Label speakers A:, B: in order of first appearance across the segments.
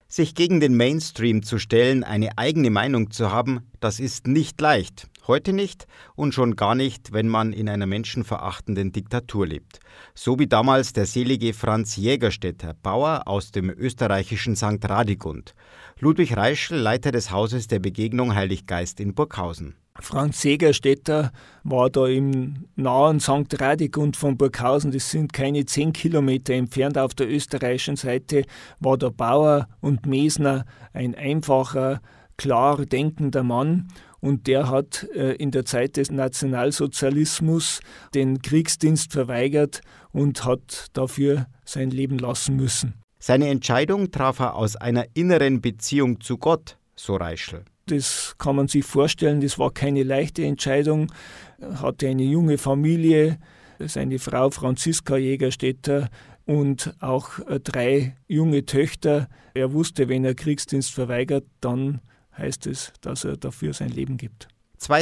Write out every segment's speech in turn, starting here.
A: Sich gegen den Mainstream zu stellen, eine eigene Meinung zu haben, das ist nicht leicht. Heute nicht und schon gar nicht, wenn man in einer menschenverachtenden Diktatur lebt. So wie damals der selige Franz Jägerstätter, Bauer aus dem österreichischen St. Radegund. Ludwig Reischl, Leiter des Hauses der Begegnung Heiliggeist in Burghausen.
B: Franz Jägerstätter war da im nahen St. Radegund von Burghausen, das sind keine 10 Kilometer entfernt auf der österreichischen Seite, war der Bauer und Mesner ein einfacher, klar denkender Mann. Und der hat in der Zeit des Nationalsozialismus den Kriegsdienst verweigert und hat dafür sein Leben lassen müssen.
A: Seine Entscheidung traf er aus einer inneren Beziehung zu Gott, so Reischl.
B: Das kann man sich vorstellen, das war keine leichte Entscheidung. Er hatte eine junge Familie, seine Frau Franziska Jägerstätter und auch 3 junge Töchter. Er wusste, wenn er Kriegsdienst verweigert, dann heißt es, dass er dafür sein Leben gibt.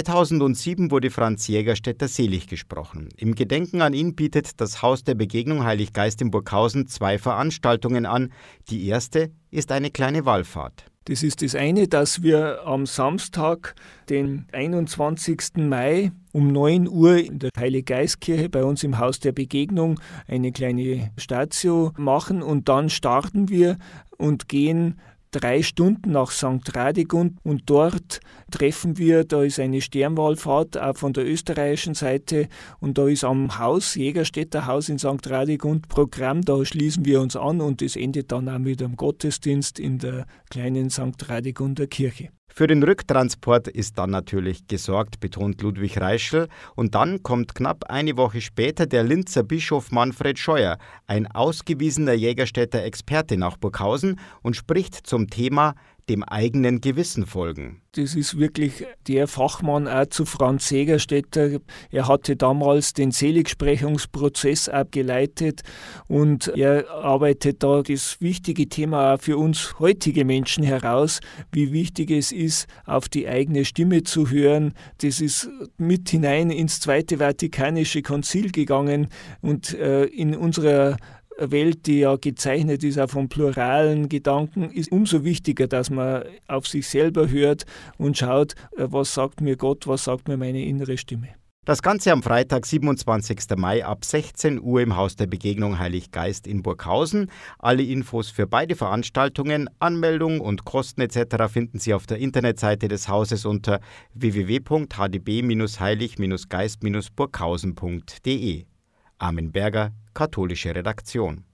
A: 2007 wurde Franz Jägerstätter selig gesprochen. Im Gedenken an ihn bietet das Haus der Begegnung Heiliggeist in Burghausen 2 Veranstaltungen an. Die erste ist eine kleine Wallfahrt.
B: Das ist das eine, dass wir am Samstag, den 21. Mai um 9 Uhr in der Heiliggeistkirche bei uns im Haus der Begegnung eine kleine Statio machen und dann starten wir und gehen 3 Stunden nach St. Radegund und dort treffen wir, da ist eine Sternwallfahrt auch von der österreichischen Seite und da ist am Haus, Jägerstätter Haus in St. Radegund Programm, da schließen wir uns an und es endet dann auch mit einem Gottesdienst in der kleinen St. Radegunder Kirche.
A: Für den Rücktransport ist dann natürlich gesorgt, betont Ludwig Reischl. Und dann kommt knapp eine Woche später der Linzer Bischof Manfred Scheuer, ein ausgewiesener Jägerstätter Experte nach Burghausen und spricht zum Thema dem eigenen Gewissen folgen.
B: Das ist wirklich der Fachmann auch zu Franz Jägerstätter. Er hatte damals den Seligsprechungsprozess abgeleitet und er arbeitet da das wichtige Thema auch für uns heutige Menschen heraus, wie wichtig es ist, auf die eigene Stimme zu hören. Das ist mit hinein ins Zweite Vatikanische Konzil gegangen und in unserer Welt, die ja gezeichnet ist auch von pluralen Gedanken, ist umso wichtiger, dass man auf sich selber hört und schaut, was sagt mir Gott, was sagt mir meine innere Stimme.
A: Das Ganze am Freitag, 27. Mai ab 16 Uhr im Haus der Begegnung Heiliggeist in Burghausen. Alle Infos für beide Veranstaltungen, Anmeldung und Kosten etc. finden Sie auf der Internetseite des Hauses unter www.hdb-heilig-geist-burghausen.de. Armin Berger, katholische Redaktion.